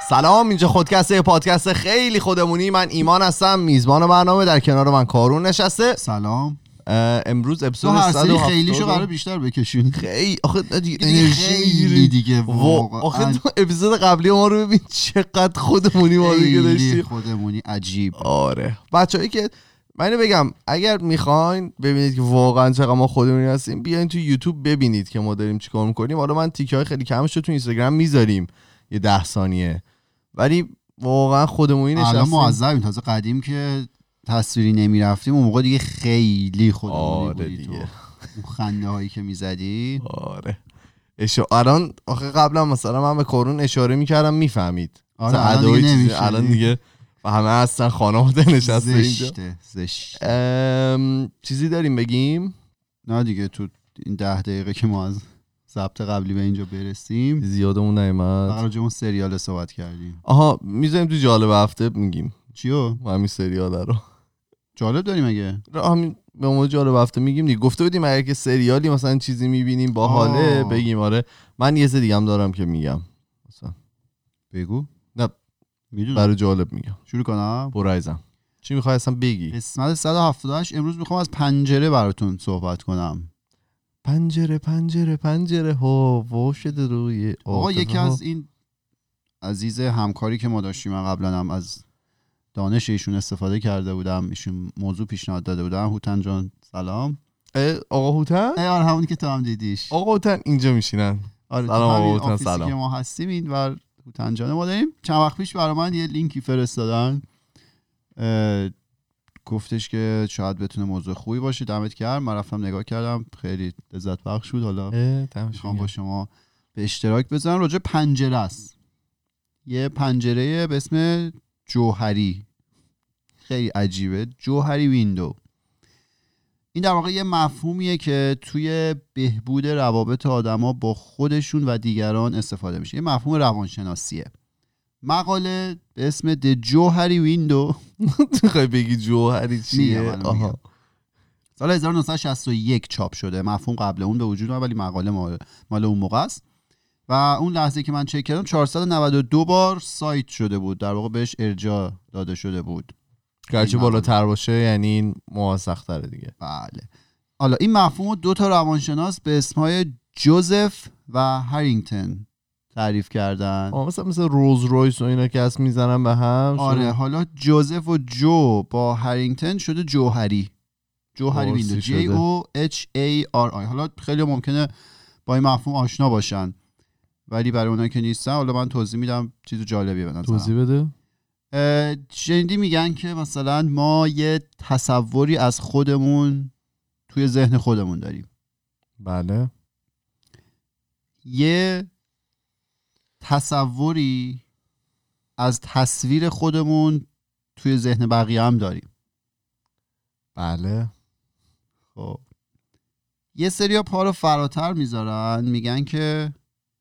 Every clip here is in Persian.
سلام، اینجا خودکسته، پادکست خیلی خودمونی. من ایمان هستم، میزبان برنامه. در کنار من کارون نشسته. سلام. امروز اپیزود 170 خیلیشو قرار بیشتر بکشین. خیلی آخه انرژی میگیری دیگه واقعا. آخه تو اپیزود قبلی ما رو ببین چقدر خودمونی ما دیگه داشتیم. خودمونی عجیب. آره بچه‌ای که من اینو بگم، اگر میخواین ببینید که واقعا چقدر ما خودمونی هستیم، بیاین تو یوتیوب ببینید که ما داریم چیکار میکنیم. حالا من تیکه‌های خیلی کمش رو تو اینستاگرام میذاریم، یه 10 ثانیه، ولی واقعا خودمونی نشستیم. الان معذبیم، تازه قدیم که تصویری نمیرفتیم اون موقع دیگه خیلی خودمونی بودی دیگه. اون خنده هایی که میزدی. آره الان آخه قبلا مثلا من به کارون اشاره میکردم میفهمید. آره الان دیگه و همه هستن خانواده نشسته اینجا. زشت. چیزی داریم بگیم؟ نه دیگه، تو این 10 دقیقه که ما از ضبط قبلی به اینجا برسیم زیادمون نیومد. فقط راجع اون سریال صحبت کردیم. آها میذاریم تو جالب هفته میگیم. چیو؟ همین سریال رو جالب داریم اگه؟ همین به مورد جالب هفته میگیم دیگه. گفته بودیم اگه که سریالی مثلا چیزی میبینیم باحاله بگیم. آره من یه سری دیگه هم دارم که میگم مثلا. بگو. نه میدونم، برای جالب میگم. شروع کنم؟ برو عزیزم، چی میخوای اصلا بگی؟ قسمت 178 امروز میخوام از پنجره براتون صحبت کنم. پنجره پنجره پنجره ها شده روی آقا یکی از این عزیز همکاری که ما داشتیم، من قبلا هم از دانش ایشون استفاده کرده بودم، ایشون موضوع پیشنهاد داده بودن. هوتن جان سلام. آقا هوتن؟ آره همونی که تو هم دیدیش. آقا هوتن اینجا میشینن. آره سلام آقا هوتن. سلام. که ما هستیم این و هوتن جان ما داریم. چند وقت پیش برای من یه لینکی فرستادن، گفتش که شاید بتونه موضوع خوبی باشه. دمت گرم. من رفتم نگاه کردم، خیلی لذت بخش بود. حالا میخوام با شما به اشتراک بذارم. راجع پنجره است، یه پنجره به اسم جوهری، خیلی عجیبه. جوهری ویندو. این در واقع یه مفهومیه که توی بهبود روابط آدما با خودشون و دیگران استفاده میشه. یه مفهوم روانشناسیه. مقاله به اسم The جوهری ویندو. میخوای بگی جوهری چیه؟ سال 1961 چاپ شده. مفهوم قبل اون به وجود اومد ولی مقاله مال اون موقع است. و اون لحظه که من چک کردم 492 بار سایت شده بود، در واقع بهش ارجاع داده شده بود. گرچه بالاتر باشه یعنی این موثق‌تره دیگه. بله. حالا این مفهوم رو 2 تا روانشناس به اسمهای جوزف و هرینگتون تعریف کردن. مثلا روز رویس و اینا که هست میزنن به هم. آره حالا جوزف و جو با هرینگتون شده جوهری. جوهری ویندو JOHARI. حالا خیلی ممکنه با این مفهوم آشنا باشن ولی برای اونایی که نیستن حالا من توضیح میدم. چیز جالبیه به نظرم. توضیح بده. شنیدی میگن که مثلا ما یه تصوری از خودمون توی ذهن خودمون داریم. بله. یه تصوری از تصویر خودمون توی ذهن بقیه هم داریم. بله. خب یه سریا پا رو فراتر میذارن، میگن که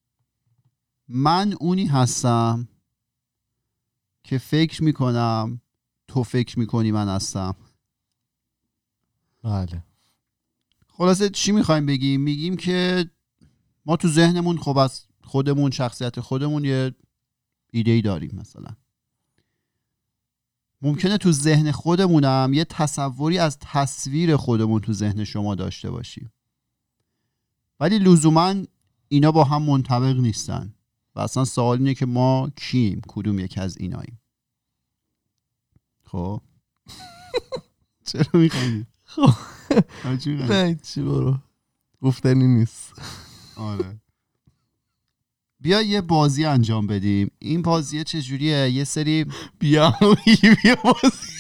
من اونی هستم که فکر میکنم تو فکر میکنی من هستم. بله. خلاصه چی میخوایم بگیم؟ میگیم که ما تو ذهنمون خب از خودمون، شخصیت خودمون یه ایده‌ای داریم. مثلا ممکنه تو ذهن خودمونم یه تصوری از تصویر خودمون تو ذهن شما داشته باشیم ولی لزوما اینا با هم منطبق نیستن و اصلا سوال اینه که ما کیم، کدوم یک از ایناییم. خب چرا میخوایی؟ خب نه چی برو گفتنی نیست. آره بیا یه بازی انجام بدیم. این بازیه چجوریه؟ یه سری بیا بازی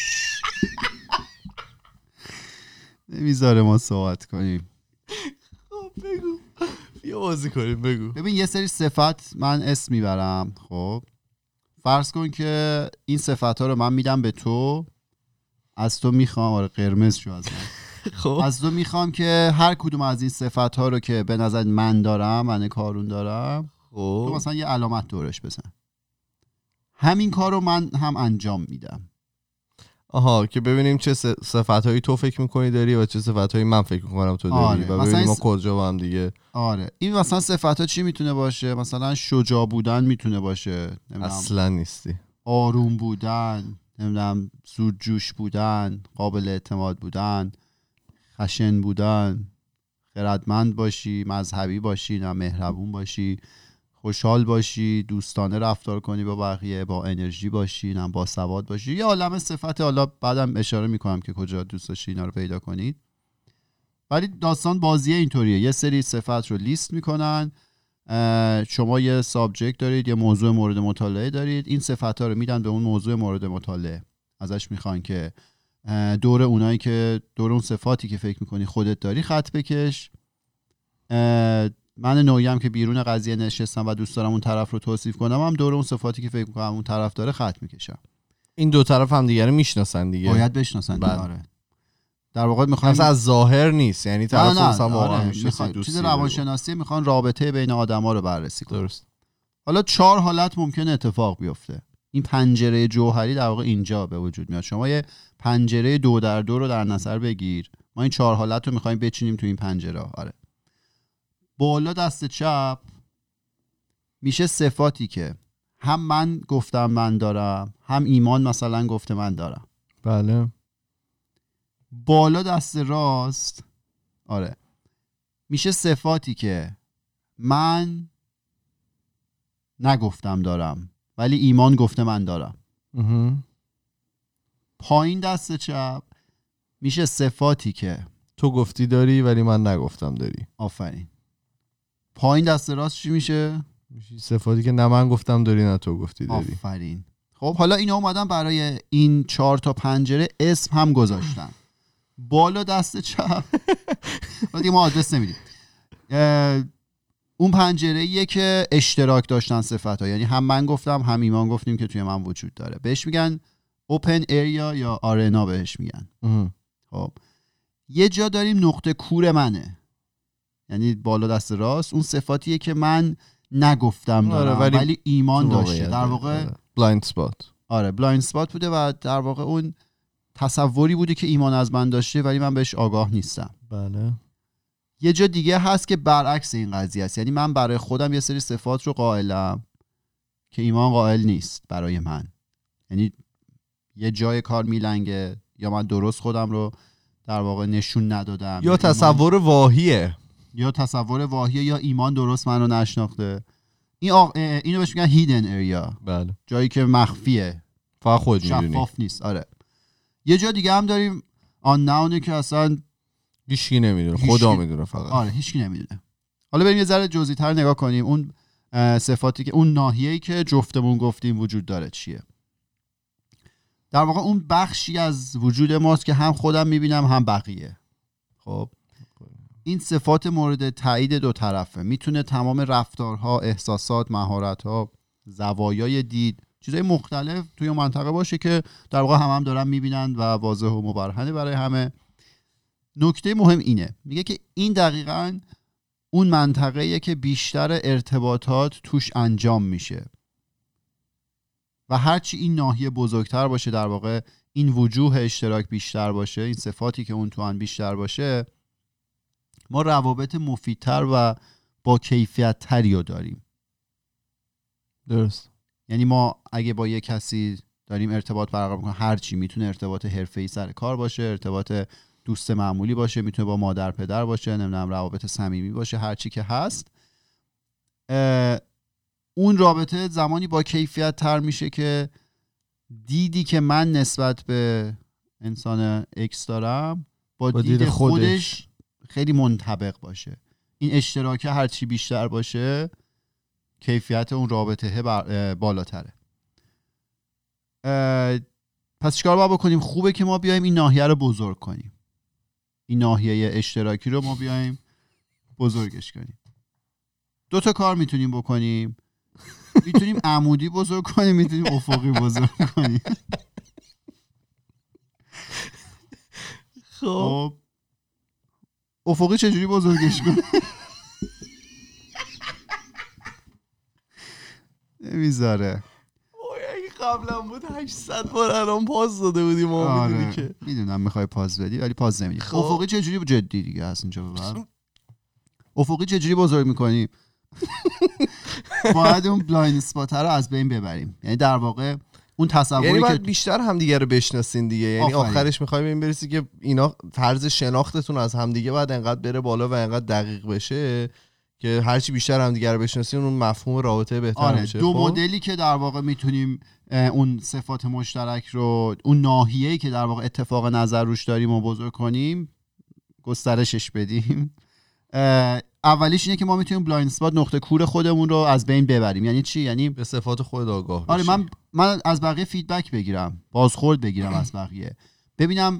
نمیذاره ما صحبت کنیم. خب بگو بیا بازی کنیم. بگو. ببین یه سری صفت من اسم میبرم. خب فرض کن که این صفت ها رو من میدم به تو، از تو میخوام. آره قرمز شو از من. خب از تو میخوام که هر کدوم از این صفت ها رو که به نظر من دارم، من کارون دارم، تو مثلا یه علامت دورش بزن. همین کار رو من هم انجام میدم. آها که ببینیم چه صفتایی تو فکر میکنی داری و چه صفتایی من فکر میکنم تو داری. و ببینیم ما کجا با هم دیگه. آره این مثلا صفتا چی میتونه باشه؟ مثلا شجاع بودن میتونه باشه، اصلا نیستی. آروم بودن، نمیدونم زود جوش بودن، قابل اعتماد بودن، خشن بودن، خردمند باشی، مذهبی باشی، نه مهربون باشی، خوشحال باشی، دوستانه رفتار کنی با بقیه، با انرژی باشی، نه با سواد باشی. یه عالمه صفت، حالا بعدم اشاره میکنم که کجا دوست داشتی اینا رو پیدا کنید. ولی داستان بازیه اینطوریه، یه سری صفت رو لیست میکنن، شما یه سابجکت دارید، یه موضوع مورد مطالعه دارید، این صفت ها رو میدن به اون موضوع مورد مطالعه، ازش میخوان که دور اونایی که دور اون صفاتی که فکر میکنی خودت داری خط بکش. من نوعیم که بیرون قضیه نشستم و دوست دارم اون طرف رو توصیف کنم، هم دور اون صفاتی که فکر میکنم اون طرف داره خط میکشم. این دو طرف هم دیگه رو میشناسن دیگه، باید بشناسن دیگه. آره در واقع میخوام از ظاهر نیست، یعنی طرف مثلا واقعا چیز روانشناسی میخوان رابطه بین آدما رو بررسی کنن. درست. حالا 4 حالت ممکنه اتفاق بیفته. این پنجره جوهری در واقع اینجا به وجود میاد. شما یه پنجره 2 در 2 رو در نظر بگیر، ما این 4 حالت رو میخوایم بچینیم تو این پنجره. آره بالا دست چپ میشه صفاتی که هم من گفتم من دارم، هم ایمان مثلا گفته من دارم. بله. بالا دست راست آره میشه صفاتی که من نگفتم دارم ولی ایمان گفته من دارم. پایین دست چپ میشه صفاتی که تو گفتی داری ولی من نگفتم داری. آفرین. پایین دست راست چی میشه؟ میشه صفاتی که نه من گفتم داری نه تو گفتی داری. آفرین. خب حالا اینا اومدن برای این 4 تا پنجره اسم هم گذاشتن. بالا دست چپ ولی ما آدرس نمیدیم. اون پنجره یه که اشتراک داشتن صفت‌ها، یعنی هم من گفتم هم ایمان گفتیم که توی من وجود داره، بهش میگن open area یا آرنا بهش میگن. خب یه جا داریم نقطه کور منه، یعنی بالا دست راست اون صفاتیه که من نگفتم دارم ولی ایمان داشته، در واقع blind spot. آره بلایند سپات بوده و در واقع اون تصوری بوده که ایمان از من داشته ولی من بهش آگاه نیستم. بله. یه جا دیگه هست که برعکس این قضیه است، یعنی من برای خودم یه سری صفات رو قائلم که ایمان قائل نیست برای من، یعنی یه جای کار میلنگه یا من درست خودم رو در واقع نشون ندادم یا تصور واهیه یا ایمان درست من رو نشناخته. اینو بهش میگن hidden area. بله. جایی که مخفیه، فقط خود میدونی، شفاف نیست. آره یه جا دیگه هم داریم unknown که اصلا هیچکی نمیدونه، خدا میدونه فقط. آره هیچکی نمیدونه. حالا بریم یه ذره جزئی‌تر نگاه کنیم اون صفاتی که اون ناحیه‌ای که جفتمون گفتیم وجود داره چیه. در واقع اون بخشی از وجود ماست که هم خودم میبینم هم بقیه. خب این صفات مورد تایید دو طرفه، میتونه تمام رفتارها، احساسات، مهارت‌ها، زوایای دید، چیزای مختلف توی منطقه باشه که در واقع هم دارن میبینن و واضح و مبرهنه برای همه. نکته مهم اینه، میگه که این دقیقاً اون منطقه‌ایه که بیشتر ارتباطات توش انجام میشه و هرچی این ناحیه بزرگتر باشه، در واقع این وجوه اشتراک بیشتر باشه، این صفاتی که اون تو ان بیشتر باشه، ما روابط مفیدتر و با کیفیت تری رو داریم. درست. یعنی ما اگه با یه کسی داریم ارتباط برقرار می‌کنیم، هرچی، میتونه ارتباط حرفه‌ای سر کار باشه، ارتباط دوست معمولی باشه، میتونه با مادر پدر باشه، نمیدونم روابط صمیمی باشه، هرچی که هست، اون رابطه زمانی با کیفیت تر میشه که دیدی که من نسبت به انسان اکس دارم با دید خودش خیلی منطبق باشه. این اشتراک هرچی بیشتر باشه کیفیت اون رابطه بالاتره. پس چیکار باید بکنیم؟ خوبه که ما بیایم این ناحیه رو بزرگ کنیم، این ناحیه اشتراکی رو ما بیایم بزرگش کنیم. 2 تا کار میتونیم بکنیم، میتونیم عمودی بزرگ کنیم، میتونیم افقی بزرگ کنیم. خب افقی چجوری بزرگش کنیم؟ نمیذاره. قبلا بود 800 بار الان پاس داده بودیم ما. میدونی که میدونم میخوای پاس بدی ولی پاس نمیدی. افقی چه جوری جدی دیگه از اینجا به بعد افقی چه جوری بزرگ میکنیم؟ باید اون بلایند اسپات رو از بین ببریم. یعنی در واقع اون تصوری یعنی که بیشتر همدیگه رو بشناسین دیگه. یعنی آخرش میخوایم این برسی که اینا طرز شناختتون از همدیگه بعد انقدر بره بالا و انقدر دقیق بشه که هرچی بیشتر همدیگه رو بشناسین اون مفهوم رابطه بهتر میشه. دو مدلی که در واقع میتونیم اون صفات مشترک رو، اون ناحیه‌ای که در واقع اتفاق نظر روش داریم و بزرگ کنیم، گسترشش بدیم. اولیش اینه که ما میتونیم بلایند اسپات نقطه کور خودمون رو از بین ببریم. یعنی چی؟ یعنی به صفات خود آگاه بشی. آره من از بقیه فیدبک بگیرم، بازخورد بگیرم از بقیه، ببینم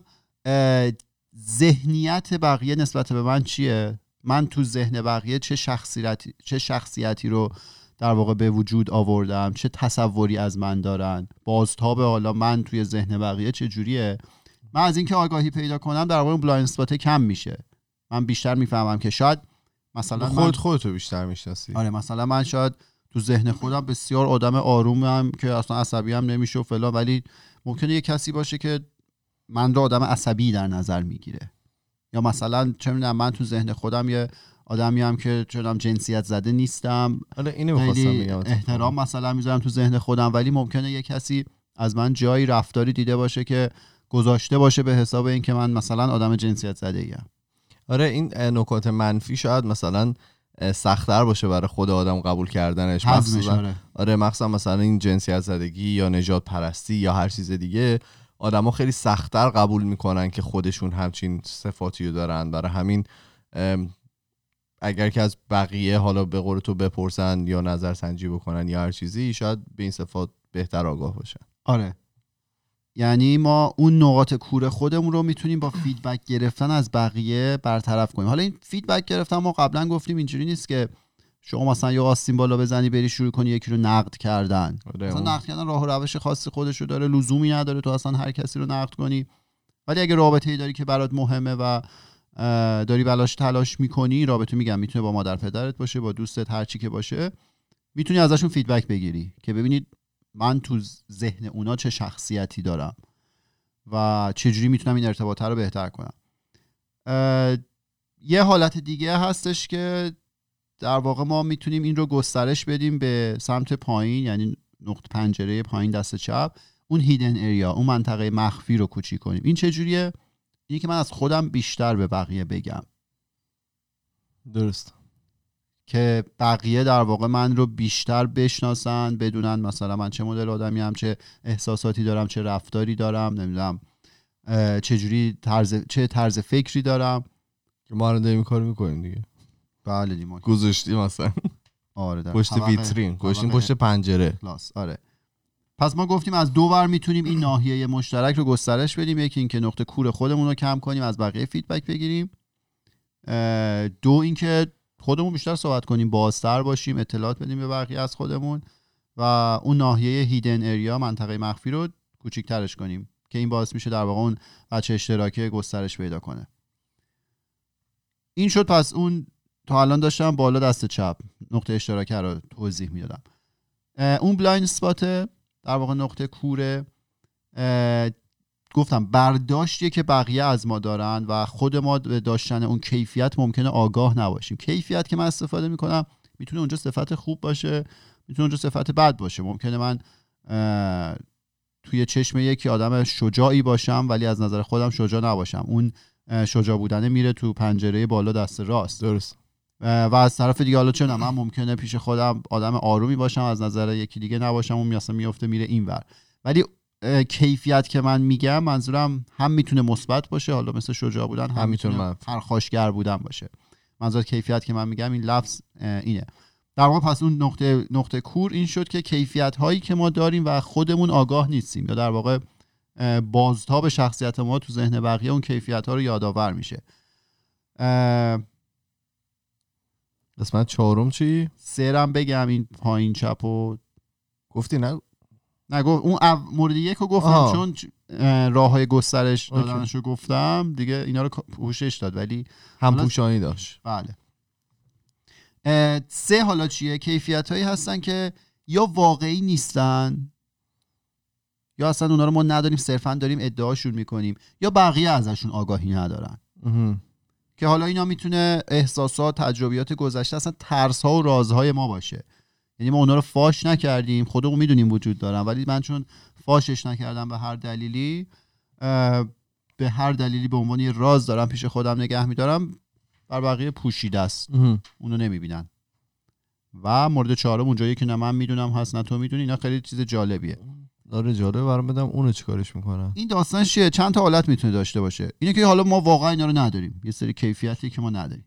ذهنیت بقیه نسبت به من چیه، من تو ذهن بقیه چه شخصیتی رو در واقع به وجود آوردم، چه تصوری از من دارن، بازتاب حالا من توی ذهن بقیه چه جوریه. من از اینکه آگاهی پیدا کنم در واقع اون بلایند اسپات کم میشه. من بیشتر میفهمم که شاید مثلا خودتو بیشتر میشناسی. آره مثلا من شاید تو ذهن خودم بسیار آدم آرومم که اصلا عصبی هم نمیشه و فلان، ولی ممکنه یه کسی باشه که من رو آدم عصبی در نظر میگیره. یا مثلا چه میدونم من تو ذهن خودم یه آدمی هم که چونم جنسیت زده نیستم، آره اینو می‌خواستم بگم، احترام مثلا میذارم تو ذهن خودم، ولی ممکنه یه کسی از من جایی رفتاری دیده باشه که گذاشته باشه به حساب این که من مثلا آدم جنسیت زده ایم. آره این نکات منفی شاید مثلا سخت‌تر باشه برای خود آدم قبول کردنش. آره مخصوصا مثلا این جنسیت زدگی یا نژاد پرستی یا هر چیز دیگه آدما خیلی سخت‌تر قبول میکنن که خودشون همچین صفاتی رو دارن. برای همین اگر که از بقیه حالا به قول تو بپرسن یا نظرسنجی بکنن یا هر چیزی، شاید به این صفات بهتر آگاه باشن. آره یعنی ما اون نقاط کور خودمون رو میتونیم با فیدبک گرفتن از بقیه برطرف کنیم. حالا این فیدبک گرفتن ما قبلا گفتیم اینجوری نیست که شما مثلا یه آستین بالا بزنی بری شروع کنی یکی رو نقد کردن. مثلا نقد کردن راه و روش خاصی خودش رو داره، لزومی نداره تو اصلا هر کسی رو نقد کنی. ولی اگه رابطه‌ای داری که برات مهمه و داری بلاش تلاش میکنی، رابطه میگم میتونه با مادر پدرت باشه، با دوستت، هر چی که باشه، میتونی ازشون فیدبک بگیری که ببینید من تو ذهن اونا چه شخصیتی دارم و چجوری میتونم این ارتباطه رو بهتر کنم. یه حالت دیگه هستش که در واقع ما میتونیم این رو گسترش بدیم به سمت پایین، یعنی نقطه پنجره پایین دست چپ، اون هیدن اریا، اون منطقه مخفی رو کوچیک کنیم. این چجوریه؟ اینی که من از خودم بیشتر به بقیه بگم. درست. که بقیه در واقع من رو بیشتر بشناسن، بدونن مثلا من چه مدل آدمی ام، چه احساساتی دارم، چه رفتاری دارم، نمیدونم چه طرز فکری دارم. که ما الان این کارو میکنیم دیگه. بله دیگه گذاشتیم مثلا آره پشت ویترین، گذاشتیم پشت پنجره کلاس. آره پس ما گفتیم از دو ور میتونیم این ناحیه مشترک رو گسترش بدیم. یکی این که نقطه کور خودمون رو کم کنیم، از بقیه فیدبک بگیریم. دو این که خودمون بیشتر صحبت کنیم، بازتر باشیم، اطلاعات بدیم به بقیه از خودمون و اون ناحیه هیدن اریا، منطقه مخفی رو کوچیک‌ترش کنیم که این باعث میشه در واقع اون بچه اشتراکی گسترش پیدا کنه. این شد. پس اون تا الان داشتم بالا دست چپ نقطه اشتراکی رو توضیح میدادم. اون بلایند اسپات در واقع نقطه کوره، گفتم برداشتیه که بقیه از ما دارن و خود ما به داشتن اون کیفیت ممکنه آگاه نباشیم. کیفیت که من استفاده میکنم میتونه اونجا صفت خوب باشه، میتونه اونجا صفت بد باشه. ممکنه من توی چشم یکی آدم شجاعی باشم ولی از نظر خودم شجاع نباشم. اون شجاع بودنه میره تو پنجره بالا دست راست. درست. و از طرف دیگه حالا چون من ممکنه پیش خودم آدم آرومی باشم، از نظر یکی دیگه نباشم، اون مثلا میفته میره اینور. ولی کیفیت که من میگم منظورم هم میتونه مثبت باشه، حالا مثل شجاع بودن، هم میتونه پرخاشگر بودن باشه. منظور کیفیت که من میگم این لفظ اینه. در واقع پس اون نقطه کور این شد که کیفیت هایی که ما داریم و خودمون آگاه نیستیم، یا در واقع بازتاب شخصیت ما تو ذهن بقیه اون کیفیت ها رو یادآور میشه. قسمت چهارم چی؟ سرم بگم این پایین چپو گفتی نه اون مورد یک رو گفتم چون راه های گسترش دادنشو گفتم دیگه، اینا رو پوشش داد ولی هم پوشانی داشت. بله. سه حالا چیه؟ کیفیت هایی هستن که یا واقعی نیستن یا اصلا اونا رو ما نداریم، صرفا داریم ادعاشون میکنیم، یا بقیه ازشون آگاهی ندارن. که حالا اینا میتونه احساسات، تجربیات گذشته، اصلا ترس ها و رازهای ما باشه. یعنی ما اونا رو فاش نکردیم، خودمون میدونیم وجود دارن، ولی من چون فاشش نکردم به هر دلیلی، به عنوان یه راز دارم پیش خودم نگه میدارم، بر بقیه پوشیده است، اونو نمیبینن. و مورد چهارم اونجایی که نه من میدونم هست نه تو میدونی، اینا خیلی چیز جالبیه. داره جالبه برام بدم اونو چیکارش میکنن. این داستان چیه؟ چند تا حالت میتونه داشته باشه. اینه که حالا ما واقعا اینا رو نداریم، یه سری کیفیتی که ما نداریم.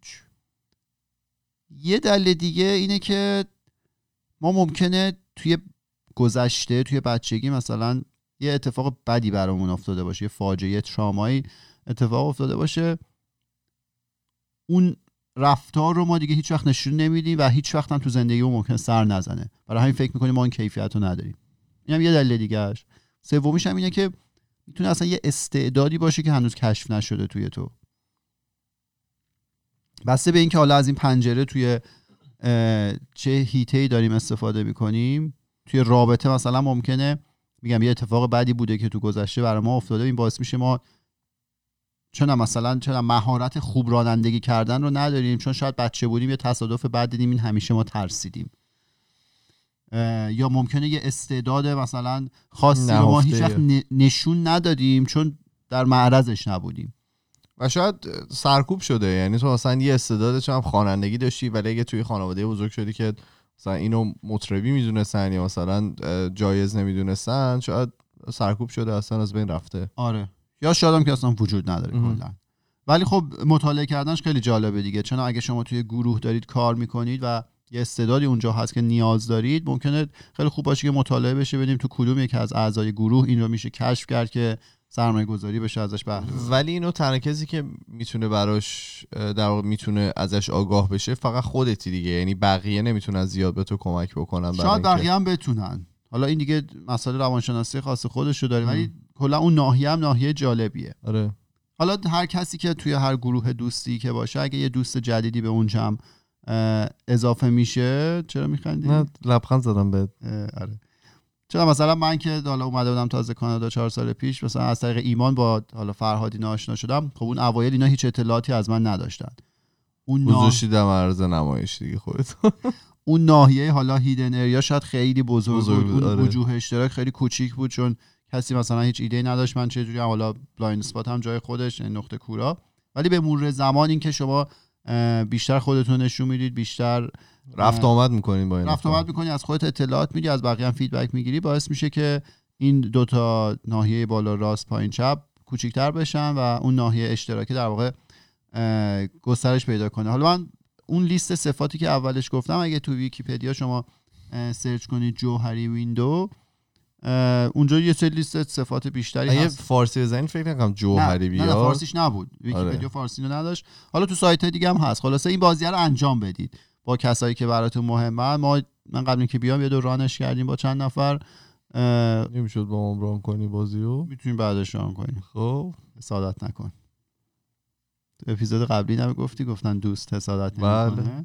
یه دلیل دیگه اینه که ما ممکنه توی گذشته، توی بچگی مثلا یه اتفاق بدی برامون افتاده باشه، یه فاجعه، ترامایی اتفاق افتاده باشه، اون رفتار رو ما دیگه هیچ وقت نشون نمیدیم و هیچ وقت هم تو زندگی اون ممکنه سر نزنه. برای همین فکر میکنیم ما این کیفیت رو نداریم. اینم یه دلیل دیگه‌اش. سومیش هم اینه که میتونه اصلا یه استعدادی باشه که هنوز کشف نشده توی تو. بسته به این که حالا از این پنجره توی چه هیته‌ای داریم استفاده میکنیم. توی رابطه مثلا ممکنه میگم یه اتفاق بدی بوده که تو گذشته برای ما افتاده، این باعث میشه ما چون مهارت خوب رانندگی کردن رو نداریم، چون شاید بچه بودیم یه تصادف بد دیدیم، این همیشه ما ترسیدیم. یا ممکنه یه استعداد مثلا خاصی رو ما هیچ وقت نشون ندادیم چون در معرضش نبودیم و شاید سرکوب شده. یعنی تو مثلا یه استعداد چون خوانندگی داشتی، ولی اگه توی خانواده بزرگ شدی که مثلا اینو مطربی میدونستن یا مثلا جایز نمیدونستن، شاید سرکوب شده اصلا از بین رفته. آره، یا شاید هم که اصلا وجود نداره کلا. ولی خب مطالعه کردنش خیلی جالبه دیگه، چون اگه شما توی گروه دارید کار میکنید و یه استعدادی اونجا هست که نیاز دارید، ممکنه خیلی خوب باشه که مطالعه بشه، ببینیم تو کدوم یکی از اعضای گروه این رو میشه کشف کرد که سرمایه گذاری بشه ازش بهره. ولی اینو تنها کسی که میتونه براش در واقع میتونه ازش آگاه بشه فقط خودتی دیگه. یعنی بقیه نمیتونن زیاد به تو کمک بکنن. شاید بقیه هم بتونن، حالا این دیگه مسئله روانشناسی خاص خودشو داره، ولی کلا اون ناحیه هم ناحیه جالبیه. آره. حالا هر کسی که توی هر گروه دوستی که باشه، اگه یه دوست جدیدی به اون جمع اضافه میشه، چرا میخندی؟ نه لبخند زدم بهت. آره. چرا مثلا من که حالا اومده بودم تازه کانادا 4 سال پیش، مثلا از طریق ایمان با حالا فرهادی آشنا شدم. خب اون اوایل اینا هیچ اطلاعاتی از من نداشتن. اون گذاشتی دم عرض نمایش دیگه خودت. اون ناحیه حالا هیدن اریا شاید خیلی بزرگ بود. آره. وجوه اشتراک خیلی کوچیک بود، چون کسی مثلا هیچ ایده نداشت من چه جوری، حالا بلایند اسپات هم جای خودش، نقطه کورا. ولی به مرور زمان این که شما بیشتر خودتون نشون میدید، بیشتر رفت آمد میکنین، با این رفت آمد میکنی، از خودت اطلاعات میدی، از بقیه هم فیدبک میگیری، باعث میشه که این دوتا ناحیه بالا راست پایین چپ کوچیک‌تر بشن و اون ناحیه اشتراکی در واقع گسترش پیدا کنه. حالا من اون لیست صفاتی که اولش گفتم، اگه تو ویکی‌پدیا شما سرچ کنید جوهری ویندو، اونجا یه سری لیست صفات بیشتری هست. اگه فارسی بزنید فکر نکنم جوهری بیاد. نه فارسیش نبود، ویکی‌پدیا فارسی رو نداشت. حالا تو سایت‌های دیگه هم هست. خلاصه این بازی رو انجام بدید با کسایی که براتون مهمه. من قبل اینکه بیام یه دور رانش کردیم با چند نفر. نمیشد با ما ران کنی بازیو؟ میتونیم بعدش ران کنیم. خب حسادت نکن. تو اپیزود قبلی گفتن دوست حسادت نمیکنه.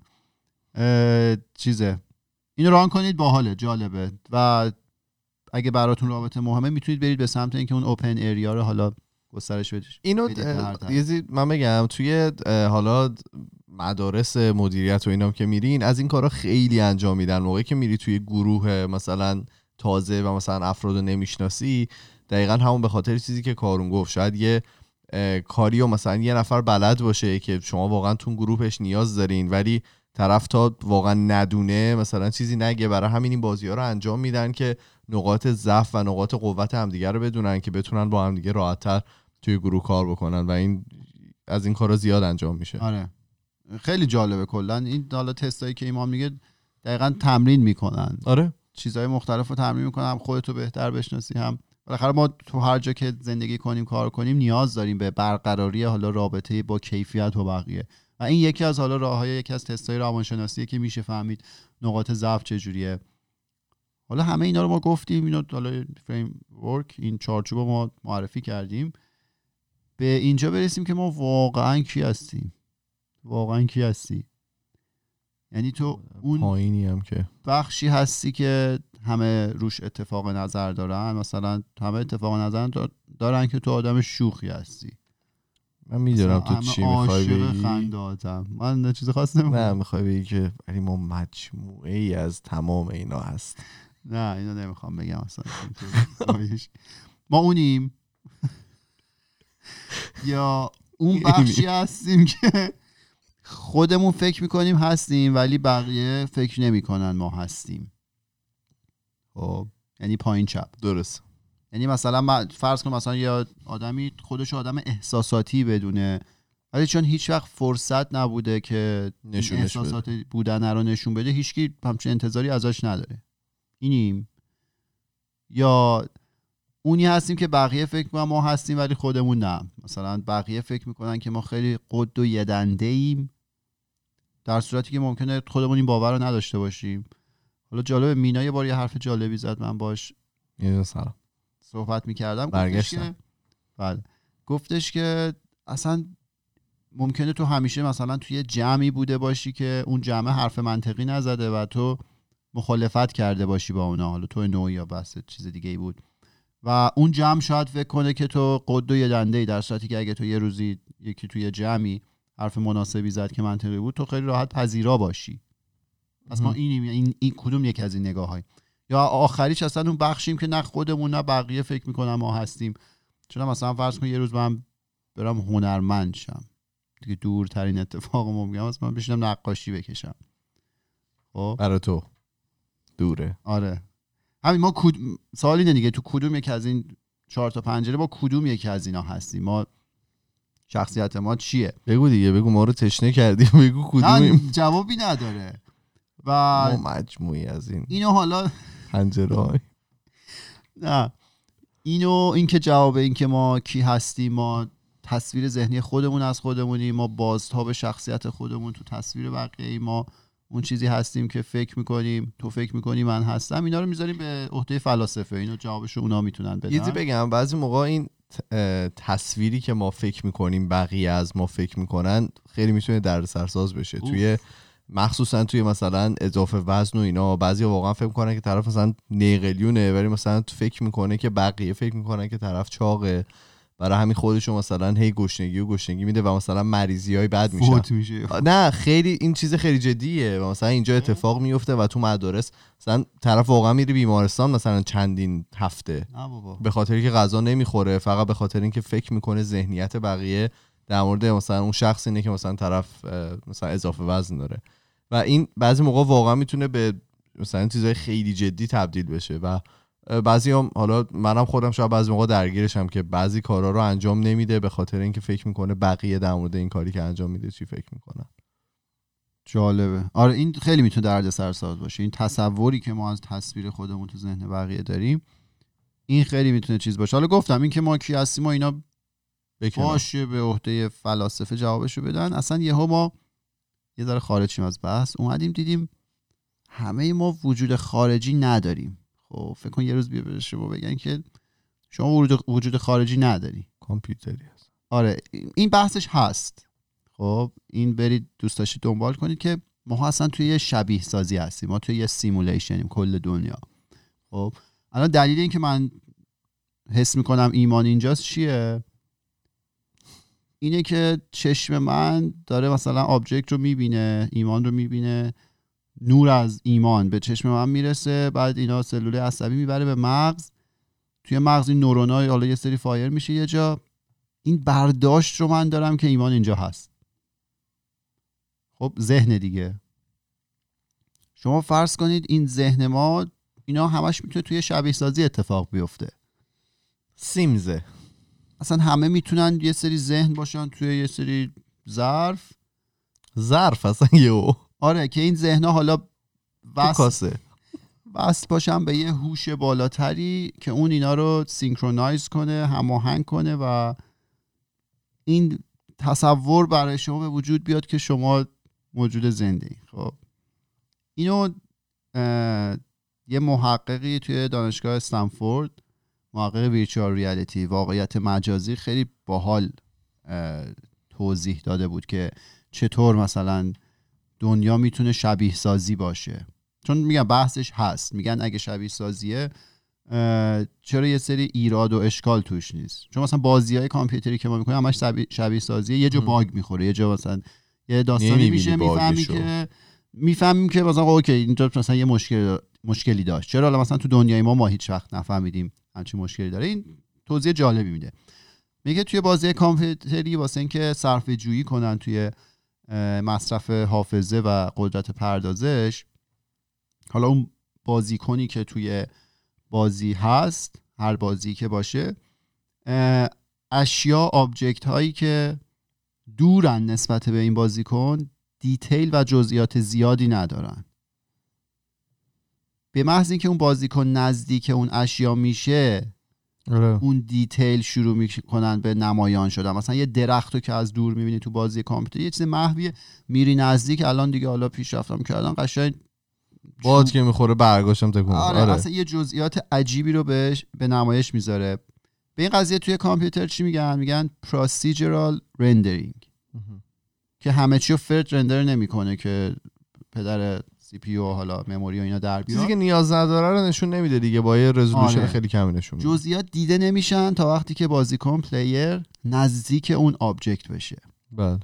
چیزه اینو ران کنید، باحاله، جالبه. و اگه براتون رابطه مهمه میتونید برید به سمت اینکه اون اوپن ایریا رو حالا گسترش بدید. اینو من بگم توی حالا مدارس مدیریت و اینام که میرین، از این کارا خیلی انجام میدن. موقعی که میری توی گروه مثلا تازه و مثلا افراد رو نمیشناسی، دقیقاً همون به خاطر چیزی که کارون گفت، شاید یه کاری و مثلا یه نفر بلد باشه که شما واقعا تو گروهش نیاز دارین، ولی طرف تا واقعا ندونه مثلا چیزی نگه. برای همین این بازی‌ها رو انجام میدن که نقاط ضعف و نقاط قوت همدیگه رو بدونن که بتونن با همدیگه راحت‌تر توی گروه کار بکنن. و این از این کارا زیاد انجام میشه. آره خیلی جالبه. کلا این حالا تستایی که ایمان میگه دقیقاً تمرین میکنن. آره چیزهای مختلف رو تمرین میکنن، هم خودتو بهتر بشناسی، هم بالاخره ما تو هر جا که زندگی کنیم کار کنیم نیاز داریم به برقراری حالا رابطه با کیفیت و بقیه. و این یکی از حالا راههای، یکی از تست‌های روانشناسیه که میشه فهمید نقاط ضعف چجوریه. حالا همه اینا رو ما گفتیم، اینو حالا فریم ورک، این چارچوب ما معرفی کردیم. به اینجا برسیم که ما واقعا کی هستیم. واقعا کی هستی؟ یعنی تو اون پایینی هم که بخشی هستی که همه روش اتفاق نظر دارن، مثلا همه اتفاق نظر دارن که تو آدم شوخی هستی. من میدونم تو چی میخوای بگی. خنده آدم من چیز خاص نمیگم. نه میخوای بگی که ولی ما مجموعه ای از تمام اینا هست. نه اینو نمیخوام بگم اصلا. ما اونیم یا اون بخشی هستیم که خودمون فکر میکنیم هستیم ولی بقیه فکر نمیکنن ما هستیم. خب یعنی پایین چپ. درست. یعنی مثلا فرض کن مثلا یه آدمی خودش آدم احساساتی بدونه ولی چون هیچ وقت فرصت نبوده که احساسات بودن رو نشون بده، هیچکی همچین انتظاری ازش نداره. اینیم. یا اونی هستیم که بقیه فکر میکنن ما هستیم ولی خودمون نه. مثلا بقیه فکر میکنن که ما خیلی قد و یدنده ایم در صورتی که ممکنه خودمون این باور رو نداشته باشیم. حالا جالبه مینا یه بار یه حرف جالبی زد، من باش سلام صحبت میکردم، گفتش که اصلا ممکنه تو همیشه مثلا توی جمعی بوده باشی که اون جمع حرف منطقی نزده و تو مخالفت کرده باشی با اونا، حالا تو نوعی یا بحث چیز دیگه ای بود و اون جمع شاید فکر کنه که تو قد و یدنده‌ای، در صورتی که اگه تو یه روزی یکی توی جمعی حرف مناسبی زد که منطقی بود تو خیلی راحت پذیرا باشی. پس ما این کدوم یکی از این نگاه‌های. یا آخریش اصلا اون بخشیم که نه خودمون نه بقیه فکر میکنن ما هستیم. چون مثلا فرض کن یه روز من برم هنرمند شم، دیگه دورترین اتفاق ممکنه مثلا من بشینم نقاشی بکشم. خب برای تو دوره. آره همین. ما سوال اینه دیگه، تو کدوم یکی از این 4 تا پنجره با کدوم یکی از اینا هستیم؟ ما شخصیت ما چیه؟ بگو دیگه، بگو، ما رو تشنه کردیم. بگو کدومیم. جوابی نداره. و ما مجموعی از اینو حالا پنجره‌های نه این که جواب این که ما کی هستیم، ما تصویر ذهنی خودمون از خودمونیم، ما بازتاب شخصیت خودمون تو تصویر بقیه، ما اون چیزی هستیم که فکر میکنیم، تو فکر میکنی من هستم. اینا رو میذاریم به عهده فلاسفه، اینو جوابشو اونا میتونن بدن. یه چیزی بگم، بعضی موقع این تصویری که ما فکر میکنیم بقیه از ما فکر میکنن خیلی میتونه دردسرساز بشه. توی مخصوصا توی مثلا اضافه وزن و اینا، بعضیا واقعا فکر میکنن که طرف مثلا نیقلیونه ولی مثلا تو فکر میکنه که بقیه فکر میکنن که طرف چاقه، برای همین خودشو مثلا هی گشنگی میده و مثلا مریضیای بد میشه. نه خیلی این چیز خیلی جدیه و مثلا اینجا اتفاق میفته و تو مدارس مثلا طرف واقعا میره بیمارستان مثلا چندین هفته به خاطری که غذا نمیخوره، فقط به خاطر اینکه فکر میکنه ذهنیت بقیه در مورد مثلا اون شخص اینه که مثلا طرف مثلا اضافه وزن داره و این بعضی موقع واقعا میتونه به مثلا چیزای خیلی جدی تبدیل بشه و بعضیام، حالا منم خودم شاید بعضی موقع درگیرشم که بعضی کارا رو انجام نمیده به خاطر اینکه فکر میکنه بقیه در مورد این کاری که انجام میده چی فکر میکنن. جالبه. آره این خیلی میتونه دردسرساز باشه. این تصوری که ما از تصویر خودمون تو ذهن بقیه داریم این خیلی میتونه چیز باشه. حالا گفتم این که ما کی هستیم و اینا باشه به عهده فلاسفه جوابشو بدن. اصلا یهو ما یه ذره خارج شیم از بحث، اومدیم دیدیم همه ما وجود خارجی نداریم. خب فکر کن یه روز بیا بهش شما بگن که شما وجود خارجی نداری، کامپیوتری هست. آره این بحثش هست. خب این برید دوست داشتید دنبال کنید که ما اصلا توی یه شبیه سازی هستیم، ما توی یه سیمولیشنیم کل دنیا. خب الان دلیل این که من حس میکنم ایمان اینجاست چیه؟ اینه که چشم من داره مثلا آبجکت رو میبینه، ایمان رو میبینه، نور از ایمان به چشم من میرسه، بعد اینا سلول عصبی میبره به مغز، توی مغز این نورونای حالا یه سری فایر میشه یه جا. این برداشت رو من دارم که ایمان اینجا هست. خب ذهن دیگه. شما فرض کنید این ذهن ما اینا همش میتونه توی شبیه سازی اتفاق بیفته. سیمزه اصلا همه میتونن یه سری ذهن باشن توی یه سری ظرف اصلا یهو. آره که این ذهن‌ها حالا وصل باشن به یه هوش بالاتری که اون اینا رو سینکرونایز کنه، هماهنگ کنه و این تصور برای شما به وجود بیاد که شما موجود زنده. خب اینو یه محققی توی دانشگاه استنفورد، محقق ویرچوال ریالیتی، واقعیت مجازی، خیلی باحال توضیح داده بود که چطور مثلا دنیا میتونه شبیه سازی باشه. چون میگن بحثش هست، میگن اگه شبیه سازیه چرا یه سری ایراد و اشکال توش نیست؟ چون مثلا بازی‌های کامپیوتری که ما می‌کنیم همش شبیه سازیه، یه جا باگ می‌خوره، یه جا مثلا یه داستانی میشه میفهمیم که مثلا اوکی اینجا مثلا یه مشکلی داشت، چرا حالا مثلا تو دنیای ما هیچ وقت نفهمیدیم همچین مشکلی داره. این توضیح جالبی میده. میگه توی بازی کامپیوتری واسه اینکه صرفه جویی کنن توی مصرف حافظه و قدرت پردازش، حالا اون بازیکنی که توی بازی هست، هر بازی که باشه، اشیا، آبجکت هایی که دورن نسبت به این بازیکن دیتیل و جزئیات زیادی ندارن. به محض اینکه اون بازیکن نزدیک اون اشیا میشه اون دیتیل شروع میکنن به نمایان شدن. مثلا یه درختو که از دور میبینی تو بازی کامپیوتر یه چیز محویه، میری نزدیک، الان دیگه حالا پیشرفتم کردن قشنگ باد که میخوره برگاشم تکون. آره اصلا یه جزئیات عجیبی رو بهش به نمایش میذاره. به این قضیه توی کامپیوتر چی میگن؟ میگن procedural rendering که همه چی رو فرد رندر نمیکنه که پدر سی پی یو حالا مموری و اینا در بیاد، چیزی که نیاز نداره رو نشون نمیده دیگه، با یه رزولوشن خیلی کمی نشون میده. جزئیات دیده نمیشن تا وقتی که بازیکن پلیر نزدیک اون آبجکت بشه. بله.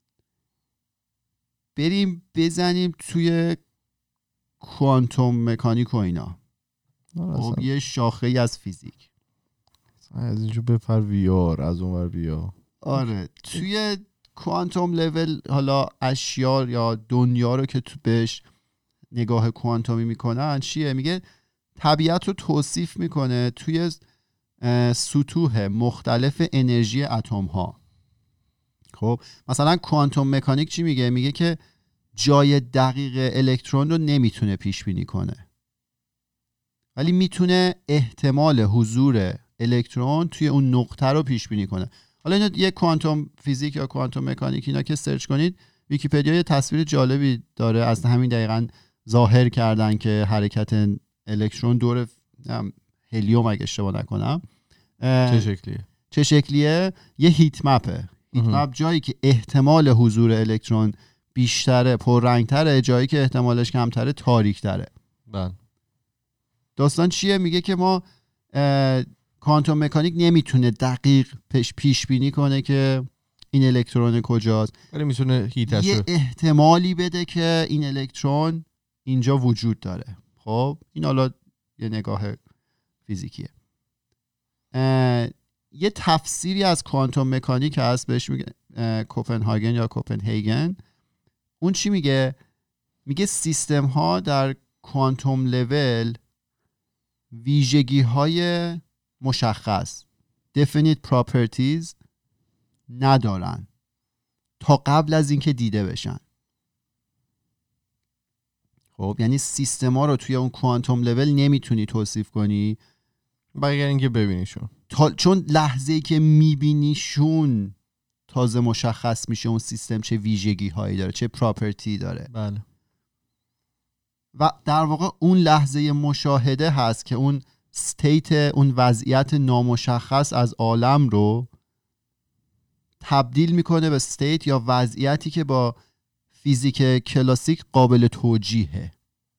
بریم بزنیم توی کوانتوم مکانیک و اینا. خب یه شاخه ای از فیزیک، از اینجا بپر وی آر، از اون ور وی آر. آره توی کوانتوم لول حالا اشیا یا دنیا رو که تو بهش نگاه کوانتومی میکنن چیه؟ میگه طبیعت رو توصیف میکنه توی سطوح مختلف انرژی اتم ها. خب مثلا کوانتوم مکانیک چی میگه؟ میگه که جای دقیق الکترون رو نمیتونه پیش بینی کنه، ولی میتونه احتمال حضور الکترون توی اون نقطه رو پیش بینی کنه. حالا اینو یه کوانتوم فیزیک یا کوانتوم مکانیک اینا که سرچ کنید، ویکی‌پدیا یه تصویر جالبی داره از همین دقیقاً ظاهر کردن که حرکت الکترون دور هلیوم اگه اشتباه نکنم چه شکلیه. یه هیت مپه. هیت مپ جایی که احتمال حضور الکترون بیشتره، پررنگتره، جایی که احتمالش کمتره، تاریک‌تره. بله. داستان چیه؟ میگه که ما کوانتوم مکانیک نمیتونه دقیق پیش بینی کنه که این الکترون کجاست، ولی میتونه یه احتمالی بده که این الکترون اینجا وجود داره. خب این حالا یه نگاه فیزیکیه. یه تفسیری از کوانتوم مکانیک هست بهش میگه کوپنهاگن یا کوپنهیگن. اون چی میگه؟ میگه سیستم ها در کوانتوم لول ویژگی های مشخص definite properties ندارن تا قبل از اینکه دیده بشن. خب یعنی سیستما رو توی اون کوانتوم لول نمیتونی توصیف کنی مگر اینکه ببینیشون، چون لحظه‌ای که میبینیشون تازه مشخص میشه اون سیستم چه ویژگی هایی داره، چه پراپرتی داره. بله. و در واقع اون لحظه مشاهده هست که اون استیت، اون وضعیت نامشخص از عالم رو تبدیل میکنه به استیت یا وضعیتی که با فیزیک کلاسیک قابل توجیهه.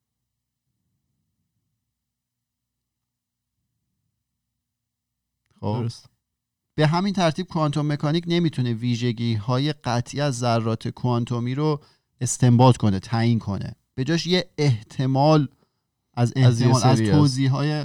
خب به همین ترتیب کوانتوم مکانیک نمیتونه ویژگی های قطعی از ذرات کوانتومی رو استنباط کنه، تعیین کنه. به جاش یه احتمال از توضیح‌های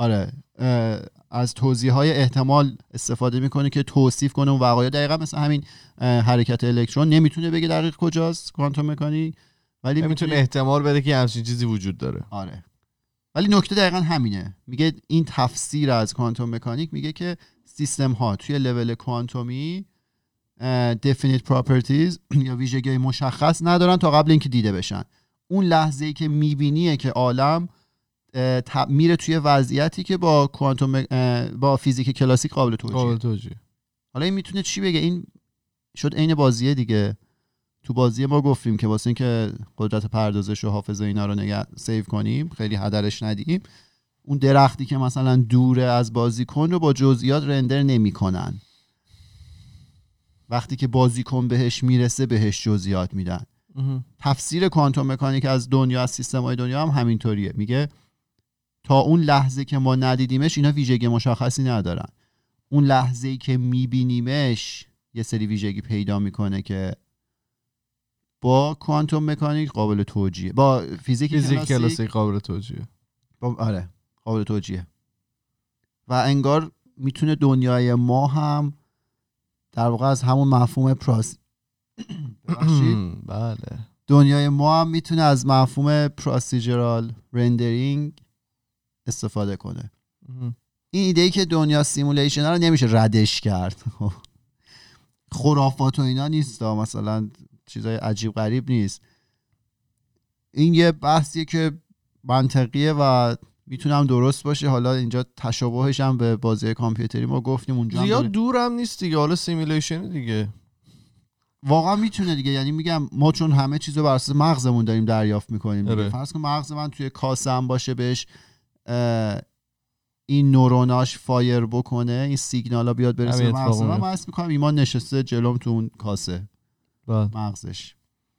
از توضیح‌های احتمال استفاده میکنه که توصیف کنه اون وقایع. دقیقاً مثل همین حرکت الکترون نمیتونه بگه دقیق کجاست کوانتوم مکانیک، ولی میتونه احتمال بده که همچین چیزی وجود داره. آره. ولی نکته دقیقاً همینه. میگه این تفسیر از کوانتوم مکانیک میگه که سیستم ها توی لول کوانتومی definite properties یا ویژگی مشخص ندارن تا قبل اینکه دیده بشن. اون لحظه‌ای که میبینیه که عالم میره توی وضعیتی که با کوانتوم با فیزیک کلاسیک قابل توجیه. حالا این میتونه چی بگه؟ این شد عین بازیه دیگه. تو بازی ما گفتیم که واسه اینکه قدرت پردازش و حافظه اینا رو سیو کنیم، خیلی هدرش ندیم، اون درختی که مثلا دوره از بازیکن رو با جزئیات رندر نمی‌کنن. وقتی که بازیکن بهش میرسه بهش جزئیات میدن. تفسیر کوانتوم مکانیک از دنیا، از سیستم‌های دنیا هم همینطوریه. میگه تا اون لحظه که ما ندیدیمش اینا ویژگی مشخصی ندارن. اون لحظه‌ای که میبینیمش یه سری ویژگی پیدا میکنه که با کوانتوم مکانیک قابل توجیه، با فیزیک کلاسیک قابل توجیه. آره قابل توجیه. و انگار میتونه دنیای ما هم در واقع از همون مفهوم بله، دنیای ما هم میتونه از مفهوم پروسیجرال رندرینگ استفاده کنه. این ایده‌ای که دنیا سیمولیشن رو نمیشه ردش کرد. خرافات و اینا نیست، مثلا چیزای عجیب غریب نیست. این یه بحثیه که منطقیه و میتونم درست باشه. حالا اینجا تشابهش هم به بازی کامپیوتری ما گفتیم اونجا زیاد دورم نیست دیگه. حالا سیمولیشن دیگه واقعا میتونه دیگه. یعنی میگم ما چون همه چیزو بر اساس مغزمون داریم دریافت میکنیم. فرض کن مغز من توی کاسه هم باشه، بهش این نوروناش فایر بکنه، این سیگنالا بیاد برسه به مغز من حس میکنم ایمان نشسته جلوم تو اون کاسه مغزش.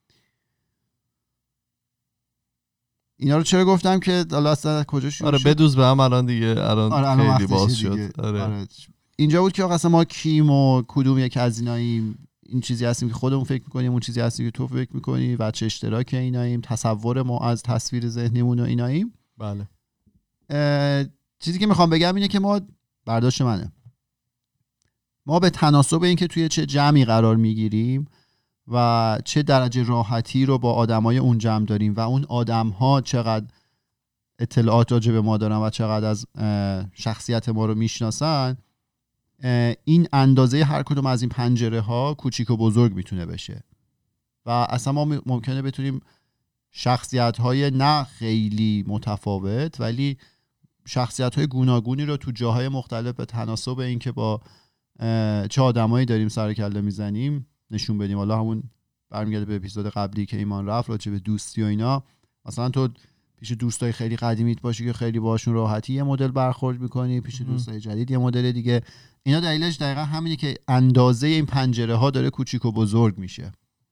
اینا رو چرا گفتم که حالا اصلا کجا شروع شد؟ بدوز به هم الان دیگه. الان خیلی باز شد. اینجا بود که اصلا ما کیم و کدوم یک از ایناییم. این چیزی هستیم که خودمون فکر میکنیم، اون چیزی هستیم که تو فکر میکنی، بچه اشتراک ایناییم، تصور ما از تصویر ذهنیمون و ایناییم. بله. چیزی که میخوام بگم اینه که ما، برداشت منه، ما به تناسب این که توی چه جمعی قرار میگیریم و چه درجه راحتی رو با آدمای اون جمع داریم و اون آدم‌ها چقدر اطلاعات راجع به ما دارن و چقدر از شخصیت ما رو میشناسن، این اندازه هر کدوم از این پنجره ها کوچیک و بزرگ میتونه بشه و اصلا ما ممکنه بتونیم شخصیت های نه خیلی متفاوت ولی شخصیت های گوناگونی رو تو جاهای مختلف به تناسب این که با چه آدمایی داریم سر کله میزنیم نشون بدیم. حالا همون برمیگرده به اپیزود قبلی که ایمان رفت راجع به دوستی و اینا. مثلا تو پیش دوستای خیلی قدیمیت باشی که خیلی باهاشون راحتی یه مدل برخورد میکنی، پیش دوستای جدید یه مدل دیگه. اینا دلیلش دقیقا همینه که اندازه این پنجره ها داره کوچیک و بزرگ میشه.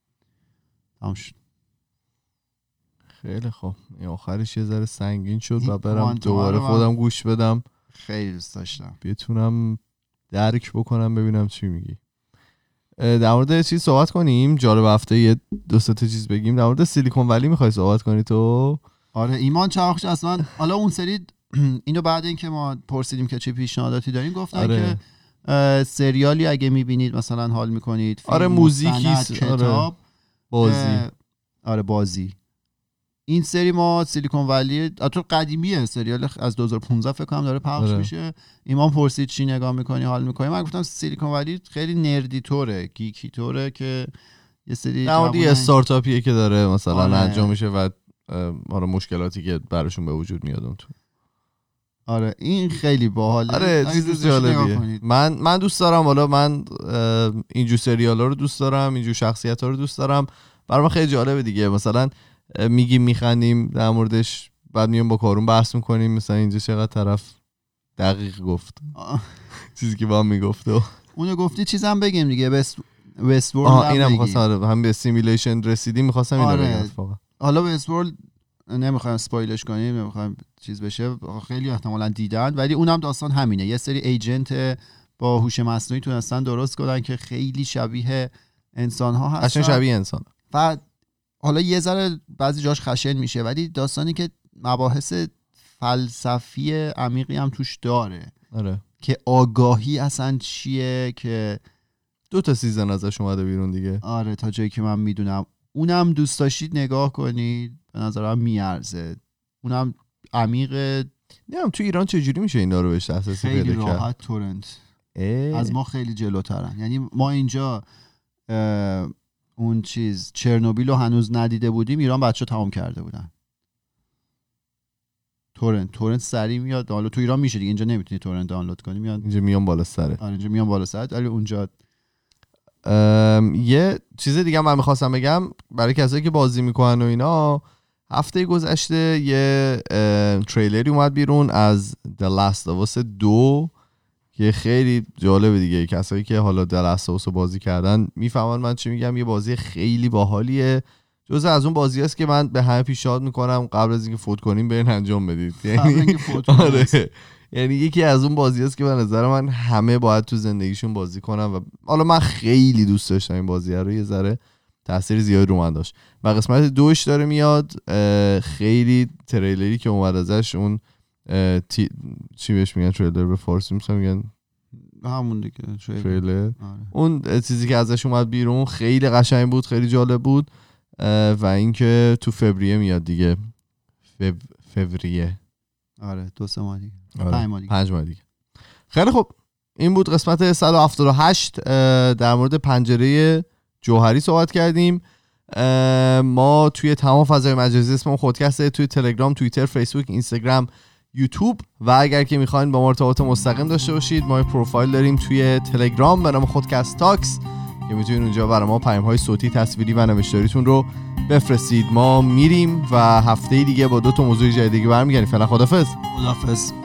خیلی خوب. این آخرش یه ذره سنگین شد و برم دوباره خودم گوش بدم. خیلی دوست داشتم بتونم درک بکنم ببینم چی میگی. در مورد چیز صحبت کنیم جالب هفته یه دو سه تا چیز بگیم. در مورد سیلیکون ولی میخوای صحبت کنی تو؟ آره ایمان چرخش اصلا. حالا اون سری اینو بعد اینکه ما پرسیدیم که چه پیشنهاداتی داریم گفتن که سریالی اگه میبینید مثلا حال میکنید، آره موزیکی، کتاب، بازی. آره بازی. این سری ما سیلیکون ولی تو قدیمیه، سریال از 2015 فکر کنم داره پخش میشه. ایمان پرسید چی نگاه میکنی حال میکنی، من گفتم سیلیکون ولی خیلی نردی طوره، گیکی طوره که یه سری نمادی استارتاپیه که داره مثلا انجام میشه و آره مشکلاتی که براشون به وجود میاد اون تو. آره این خیلی باحاله. آره چیز جالبیه. من دوست دارم. حالا من اینجور سریالا رو دوست دارم، اینجور شخصیت‌ها رو دوست دارم. برام خیلی جالبه دیگه. مثلا میگیم میخندیم در موردش، بعد میام با کارون بحث میکنیم مثلا اینجا چقدر طرف دقیق گفت چیزی که با هم میگفته. اونو گفتی چیزم بگیم دیگه. وست ورلد اینم خواستم هم به سیمیلیشن رسیدیم، میخواستم اینو بگم اتفاقا. حالا وست ورلد نمیخوایم اسپویلش کنیم، نمیخوایم چیز بشه، خیلی احتمالاً دیدن، ولی اونم داستان همینه. یه سری ایجنت با هوش مصنوعی تونستن درست کنن که خیلی شبیه انسان ها هستن، اصلا شبیه انسان. و حالا یه ذره بعضی جاش خشن میشه ولی داستانی که مباحث فلسفی عمیقی هم توش داره. آره. که آگاهی اصلا چیه، که 2 سیزن ازش اومده بیرون دیگه. آره تا جایی که من میدونم. اونم دوست داشتید نگاه کنید، به نظرم میارزه. اونم عمیقه. نمیدونم تو ایران چجوری میشه اینا رو بهش دسترسی پیدا کرد؟ خیلی راحت تورنت. از ما خیلی جلوترن. یعنی ما اینجا اون چیز چرنوبیل رو هنوز ندیده بودیم، ایران بچه تمام کرده بودن. تورنت سریع میاد. حالا تو ایران میشه دیگه، اینجا نمیتونی تورنت دانلود کنی، میاد اینجا میام بالا سره. آره اینجا میام بالا سره، ولی اونجا یه چیز دیگه من میخواستم بگم برای کسایی که بازی میکنن و اینا. هفته گذشته یه تریلری اومد بیرون از The Last of Us 2 که خیلی جالبه دیگه. کسایی که حالا The Last of Us رو بازی کردن میفهمن من چی میگم. یه بازی خیلی باحالیه، جزء از اون بازی است که من به همه پیشنهاد میکنم قبل از اینکه فوت کنیم برین انجام بدید. یعنی آره، یعنی یکی از اون بازی است که به نظر من همه باید تو زندگیشون بازی کنن و حالا من خیلی دوست داشتم این بازی رو، یه ذره تاثیر زیادی رو من داشت. و قسمت 2 داره میاد، خیلی تریلری که اومد ازش، اون چی بهش میگن، تریلر به فارسی میگن همون دیگه تریلر. اون چیزی که ازش اومد بیرون خیلی قشنگ بود، خیلی جالب بود. و اینکه تو فوریه میاد دیگه، فوریه. آره 2 ماه دیگه، 5 ماه دیگه. خیلی خوب، این بود قسمت 178. در مورد پنجره جوهری صحبت کردیم. ما توی تمام فضای مجازی اسممون خودکسته، توی تلگرام، توییتر، فیسبوک، اینستاگرام، یوتیوب. و اگر که میخواین با ما ارتباط مستقیم داشته باشید، ما پروفایل داریم توی تلگرام به نام خودکست تاکس که میتونید اونجا برای ما پیام‌های صوتی، تصویری و نوشتاریتون رو بفرستید. ما میریم و هفته دیگه با 2 موضوع جدید برمیگردیم. فعلا خدافظ.